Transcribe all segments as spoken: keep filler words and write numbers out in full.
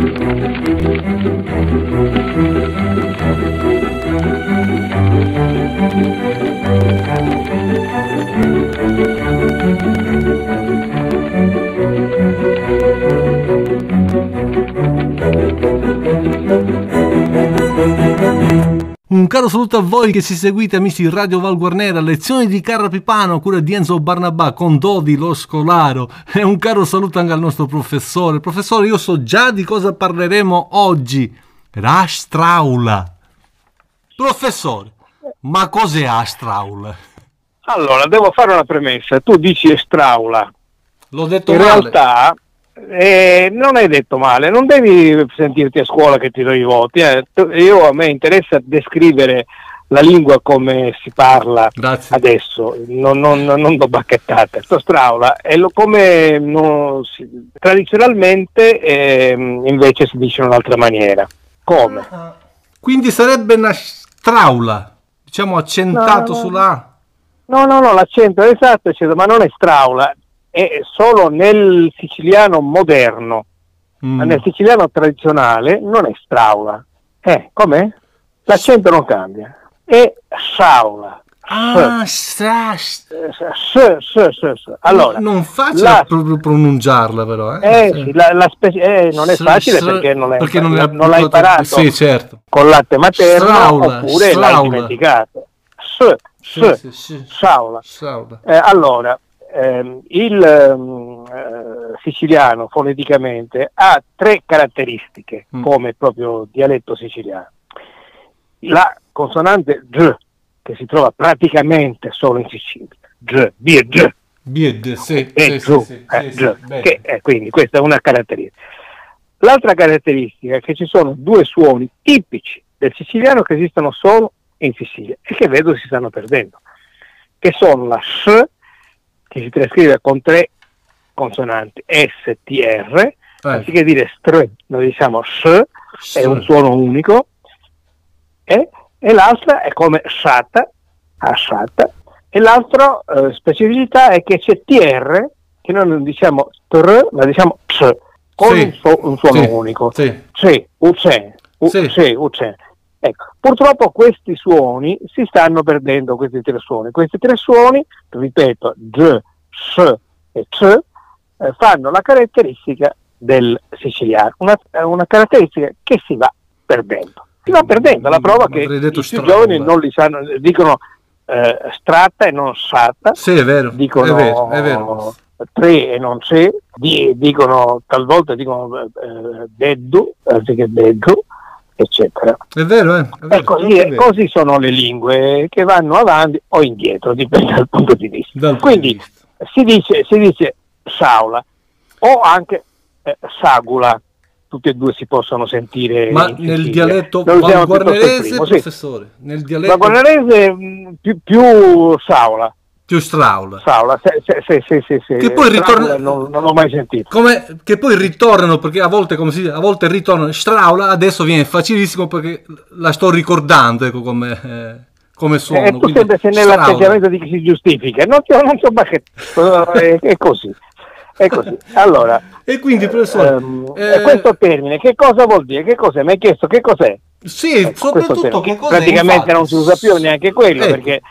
Un caro saluto a voi che ci seguite, amici di Radio Val Guarnera, lezioni di Carlo Pipano a cura di Enzo Barnabà con Dodi lo Scolaro, e un caro saluto anche al nostro professore. Professore, io so già di cosa parleremo oggi, l'Astraula. Professore, ma cos'è Astraula? Allora, devo fare una premessa, tu dici Astraula, l'ho detto in male. realtà eh, non hai detto male, non devi sentirti a scuola che ti do i voti, eh. Io, a me interessa descrivere la lingua come si parla. Grazie. Adesso, non, non, non do bacchettate. Sto Straula è lo, come non si, tradizionalmente eh, invece si dice in un'altra maniera. Come? Quindi sarebbe una straula, diciamo accentato No, no, sulla A. No, no, no, l'accento è esatto, eccetera, ma non è Straula, è solo nel siciliano moderno. Mm. Ma nel siciliano tradizionale non è Straula. Eh, com'è? L'accento non cambia. È Saula. Ah, stra, S, s, s, s, s. Allora, non facile la, proprio pronunciarla però. Eh, eh, sì. sì, la, la specie, eh, non è S- facile s- perché non l'hai, perché non non, l'hai non l'hai imparato sì, certo. con latte materno Straula, oppure straula. l'hai dimenticato. S, s, Sì, sì, sì. Saula. Saula. Eh, allora, ehm, il ehm, eh, siciliano foneticamente ha tre caratteristiche Mm. come proprio dialetto siciliano. La consonante G, che si trova praticamente solo in Sicilia, G, B e G, Bied, sì, e sì, giù, sì, sì, eh, sì, giù, sì, bene. che, eh, quindi questa è una caratteristica. L'altra caratteristica è che ci sono due suoni tipici del siciliano che esistono solo in Sicilia e che vedo si stanno perdendo, che sono la S, che si trascrive con tre consonanti, S T R, Eh. anziché dire str, noi diciamo S, è un suono unico, e, e l'altra è come sata, asata, e l'altra eh, specificità è che c'è T R, che noi non diciamo tr, ma diciamo ts, con Sì. un, so- un suono Sì. unico. Sì. Sì, uce, u- Sì. sì, uce. Ecco, purtroppo questi suoni si stanno perdendo, questi tre suoni. Questi tre suoni, ripeto, G, S e C, eh, fanno la caratteristica del siciliano, una, una caratteristica che si va perdendo. Si va perdendo, la prova Mm, che avrei i detto più straula. giovani non li sanno, dicono eh, stratta e non sata, Sì, è vero, dicono è vero, è vero. tre e non c'è, di, dicono talvolta dicono eh, deddu anziché deddu, eccetera. È vero, eh? È vero, E così, proprio vero. così sono le lingue che vanno avanti o indietro, dipende dal punto di vista. Dal punto Quindi di vista. si dice, si dice saula o anche eh, sagula, tutte e due si possono sentire Ma in nel Sicilia. dialetto Noi usiamo piuttosto il valguarnerese, primo, sì. professore, nel dialetto La guarnerese mh, più, più saula, più straula. saula, se, se, se, se, se, se. Che poi Saula ritorna- non, non l'ho mai sentito. Come, che poi ritornano, perché a volte, come si dice, a volte ritornano straula, adesso viene facilissimo perché la sto ricordando, ecco, come, eh, come suono. E tu quindi sempre sei straula. nell'atteggiamento di chi si giustifica, non ti non so che è, è così, è così. Allora, E quindi, professore, ehm, eh, questo termine che cosa vuol dire? Che cos'è? Mi hai chiesto che cos'è? sì, Ecco, questo soprattutto termine, che cos'è, praticamente infatti? non si usa più neanche quello, Ecco. perché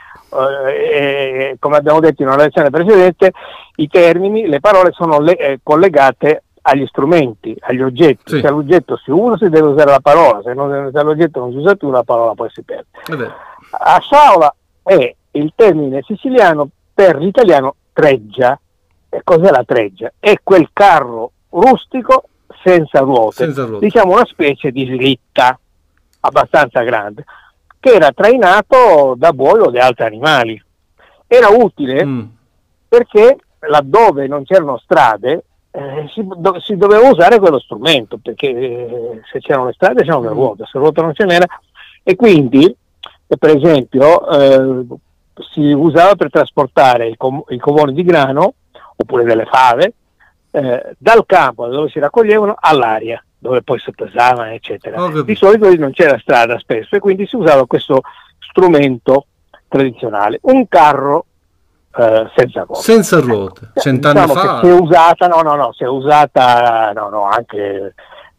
eh, come abbiamo detto in una lezione precedente, i termini, le parole sono le, eh, collegate agli strumenti, agli oggetti. Sì. Se l'oggetto si usa si deve usare la parola, se, non, se l'oggetto non si usa più la parola poi si perde. È vero. A saula è il termine siciliano per l'italiano treggia. E cos'è la treggia? È quel carro rustico senza ruote, Senza ruote. diciamo una specie di slitta abbastanza grande, che era trainato da buoi o da altri animali. Era utile Mm. perché laddove non c'erano strade eh, si, do, si doveva usare quello strumento, perché eh, se c'erano le strade c'erano le ruote, se ruote non ce n'era, e quindi eh, per esempio eh, si usava per trasportare i, com- i covoni di grano oppure delle fave eh, dal campo dove si raccoglievano all'aria dove poi si pesavano, eccetera. Ho capito. Di solito non c'era strada spesso e quindi si usava questo strumento tradizionale, un carro eh, senza ruote. Senza ruote, Eh, cent'anni diciamo fa. che si è usata, no, no, no, si è usata, no, no, anche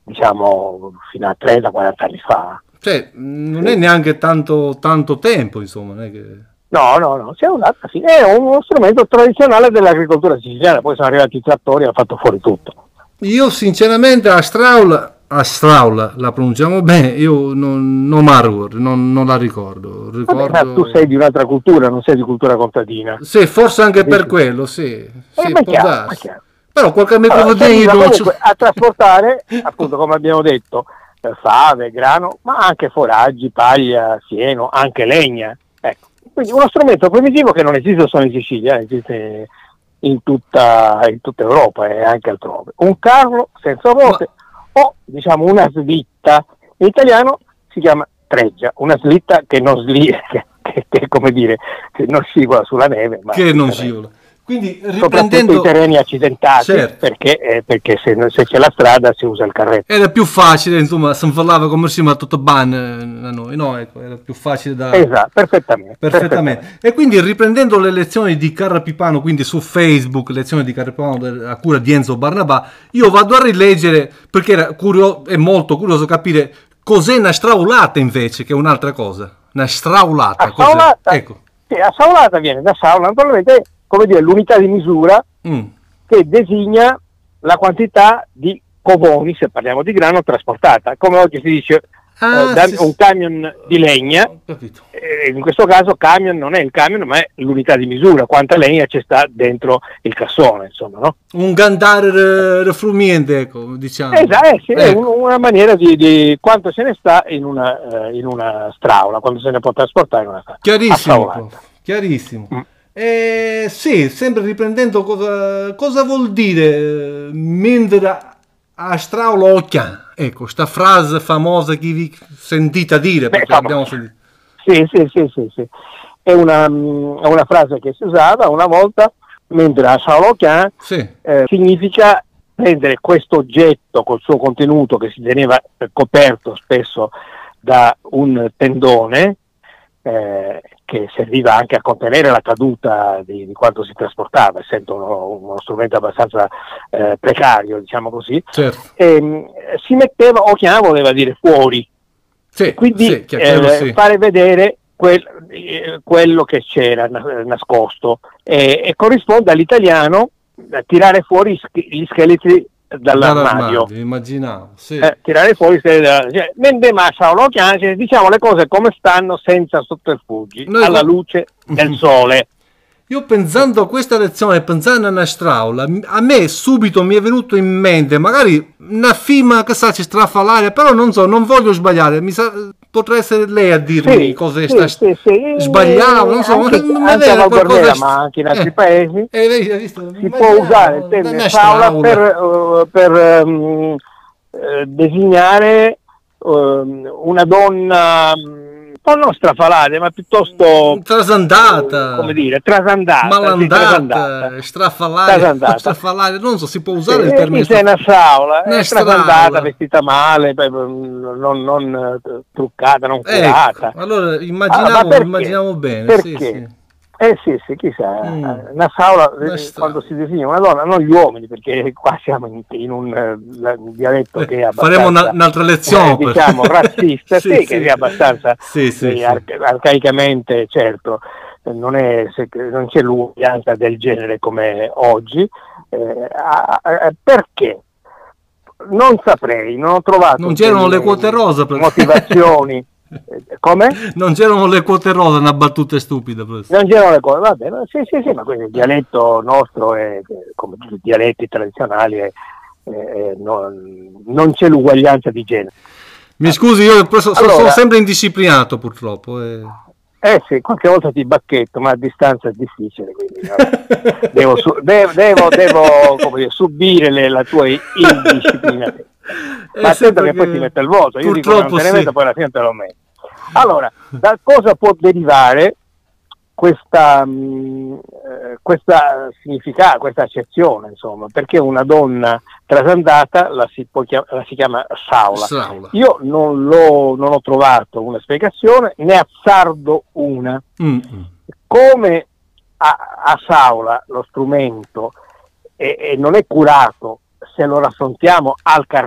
diciamo fino a trenta quaranta anni fa. Cioè, non è neanche tanto, tanto tempo, insomma, non è che... No, no, no, si è usata, sì, è uno strumento tradizionale dell'agricoltura siciliana, poi sono arrivati i trattori e hanno fatto fuori tutto. Io sinceramente a Straul, a Straul la pronunciamo bene, io non, non, non, non la ricordo. ricordo... Vabbè, ma tu sei di un'altra cultura, non sei di cultura contadina. Sì, forse anche per quello, sì. sì eh, ma chiaro, ma chiaro. Però qualche metro allora, di comunque a trasportare, appunto come abbiamo detto, fave, grano, ma anche foraggi, paglia, fieno, anche legna. Ecco. Quindi uno strumento primitivo che non esiste solo in Sicilia, esiste in tutta, in tutta Europa e anche altrove. Un carro senza ruote ma... o diciamo una slitta, in italiano si chiama treggia, una slitta che non slitta, che, che, che come dire, che non scivola sulla neve. Ma che non scivola. Quindi riprendendo i terreni accidentati, certo. perché, eh, perché se, se c'è la strada si usa il carretto. Era più facile, insomma, si parlava come si chiama tutto ban a noi, no? Ecco, era più facile da... Esatto, perfettamente, perfettamente. perfettamente. E quindi riprendendo le lezioni di Carrapipano, quindi su Facebook, lezioni di Carrapipano a cura di Enzo Barnabà, io vado a rileggere, perché era curio- è molto curioso capire cos'è una straulata invece, che è un'altra cosa. Una straulata. A straulata, ecco. Sì, a straulata viene da saula, naturalmente... come dire, l'unità di misura mm. che designa la quantità di covoni, se parliamo di grano, trasportata. Come oggi si dice ah, eh, da, sì, un camion di legna, eh, in questo caso camion non è il camion, ma è l'unità di misura, quanta legna ci sta dentro il cassone, insomma, no? Un gandare reflumiente, ecco, diciamo. Esatto, eh, sì, ecco. È un, una maniera di, di quanto se ne sta in una, uh, in una straula, quanto se ne può trasportare in una straula. Chiarissimo, chiarissimo. Mm. Eh, sì, sempre riprendendo cosa, cosa vuol dire mentre a straula occhia, ecco, sta frase famosa che vi sentite dire, perché Beh, abbiamo sentito. Sì, sì, sì, sì, sì. È una, è una frase che si usava una volta, mentre a straula occhia sì. eh, significa prendere questo oggetto col suo contenuto che si teneva coperto spesso da un tendone, eh, che serviva anche a contenere la caduta di, di quanto si trasportava, essendo uno, uno strumento abbastanza eh, precario, diciamo così, certo. e, si metteva, o chiama voleva dire fuori, sì, quindi sì, eh, sì. fare vedere quel, eh, quello che c'era nascosto, e, e corrisponde all'italiano a tirare fuori gli scheletri dall'armadio, immaginavo, sì. eh, tirare fuori cioè, mentre Massa lo chiama, diciamo le cose come stanno senza sotterfugi, Noi alla con... luce del sole. Io pensando a questa lezione, pensando a una straula, a me subito mi è venuto in mente magari una firma che sa ci strafalare, però non so, non voglio sbagliare, mi sa, potrà essere lei a dirmi sì, cosa sì, sta sì, sì. sbagliavo, non so, anche, ma anche a Valguarnera, ma anche in altri eh, paesi eh, lei, visto, si può usare il termine straula per, uh, per um, uh, designare uh, una donna un po' non strafalata, ma piuttosto trasandata, come dire, trasandata, malandata, sì, trasandata. strafalare, trasandata. strafalare, non so, si può usare sì, il termine sei una straula, è trasandata, straula. Vestita male, non, non truccata, non curata. Ecco, allora immaginavo, ah, immaginavo bene, perché? Sì, sì. Eh sì, sì, chissà, mm. una straula, quando si designa una donna, non gli uomini, perché qua siamo in, in un, un dialetto che è abbastanza... Faremo una, un'altra lezione. Eh, diciamo, razzista, sì, sì, che sì. è abbastanza sì, sì, eh, sì. Ar- arcaicamente, certo, non, è, non c'è l'uguaglianza del genere come oggi. Eh, a, a, perché? Non saprei, non ho trovato... Non c'erano le quote rosa. Per... Motivazioni. Come? Non c'erano le quote rosa, una battuta stupida. Non c'erano le cose, va bene, sì, sì, sì, ma quindi il dialetto nostro è, come tutti i dialetti tradizionali, è, è, non, non c'è l'uguaglianza di genere. Mi scusi, io so, allora, sono sempre indisciplinato purtroppo. Eh. eh sì, qualche volta ti bacchetto, ma a distanza è difficile, quindi no? devo, su, devo, devo, devo come dire, subire le, la tua indisciplina. Ma attento che poi ti mette il voto, io dico non te ne sì. metto, poi alla fine te lo metto. Allora, da cosa può derivare questa, mh, questa significato, questa accezione, insomma, perché una donna trasandata la si, può chiam- la si chiama saula. saula. Io non, l'ho, non ho trovato una spiegazione, ne azzardo una. Mm-hmm. Come a, a saula lo strumento e, e non è curato se lo raffrontiamo al carretto,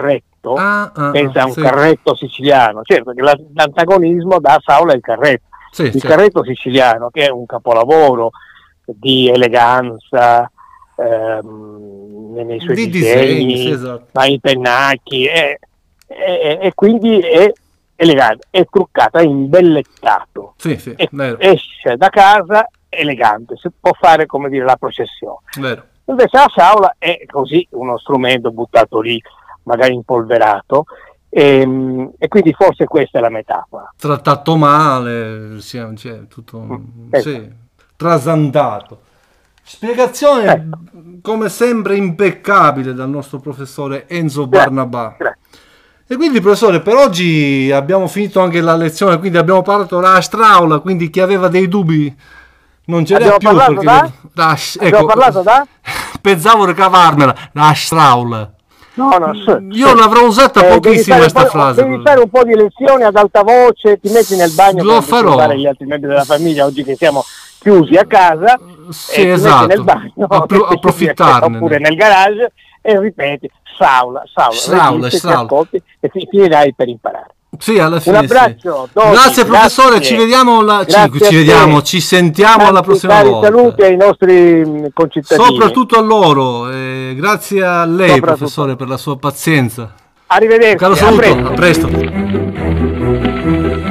carretto, ah, ah, pensa a un sì. carretto siciliano, certo che l'antagonismo da Saula è il carretto, Sì, il certo. carretto siciliano che è un capolavoro di eleganza ehm, nei suoi Di disegni, disegni, sì, esatto. ma i pennacchi e, e, e quindi è elegante, è truccato, è imbellettato, Sì, sì, e vero, esce da casa elegante, si può fare come dire la processione. vero. Invece la Saula è così uno strumento buttato lì, magari impolverato, e, e quindi forse questa è la metafora. Trattato male, sì, cioè, tutto Mm, sì, trasandato. Spiegazione Ecco. come sempre impeccabile dal nostro professore Enzo Grazie, Barnabà. grazie. E quindi professore, per oggi abbiamo finito anche la lezione, quindi abbiamo parlato della Straula, quindi chi aveva dei dubbi non ce l'ha Abbiamo più parlato perché da? da- Abbiamo ecco, parlato da? pensavo di cavarmela, la Straula. No, no, sì, Io sì. l'avrò usata Eh, devi pochissimo fare un questa po'- frase. Devi fare un po' di lezioni ad alta voce, ti metti nel bagno Lo per farò. disturbare gli altri membri della famiglia oggi che siamo chiusi a casa, Sì, e ti esatto. metti nel bagno Appro- approfittarne. oppure nel garage e ripeti Saula, Saula, Straula, registri, ti Straula. ascolti e fi- finirai per imparare. Sì, alla Un fine abbraccio, sì. Dodi, Grazie professore, grazie. ci vediamo, la... ci, Grazie a ci te. vediamo, ci sentiamo Tanti alla prossima cari volta. saluti ai nostri mh, concittadini. Soprattutto a loro, eh, grazie a lei Soprattutto. professore per la sua pazienza. Arrivederci, Un caro a saluto, presto. a presto.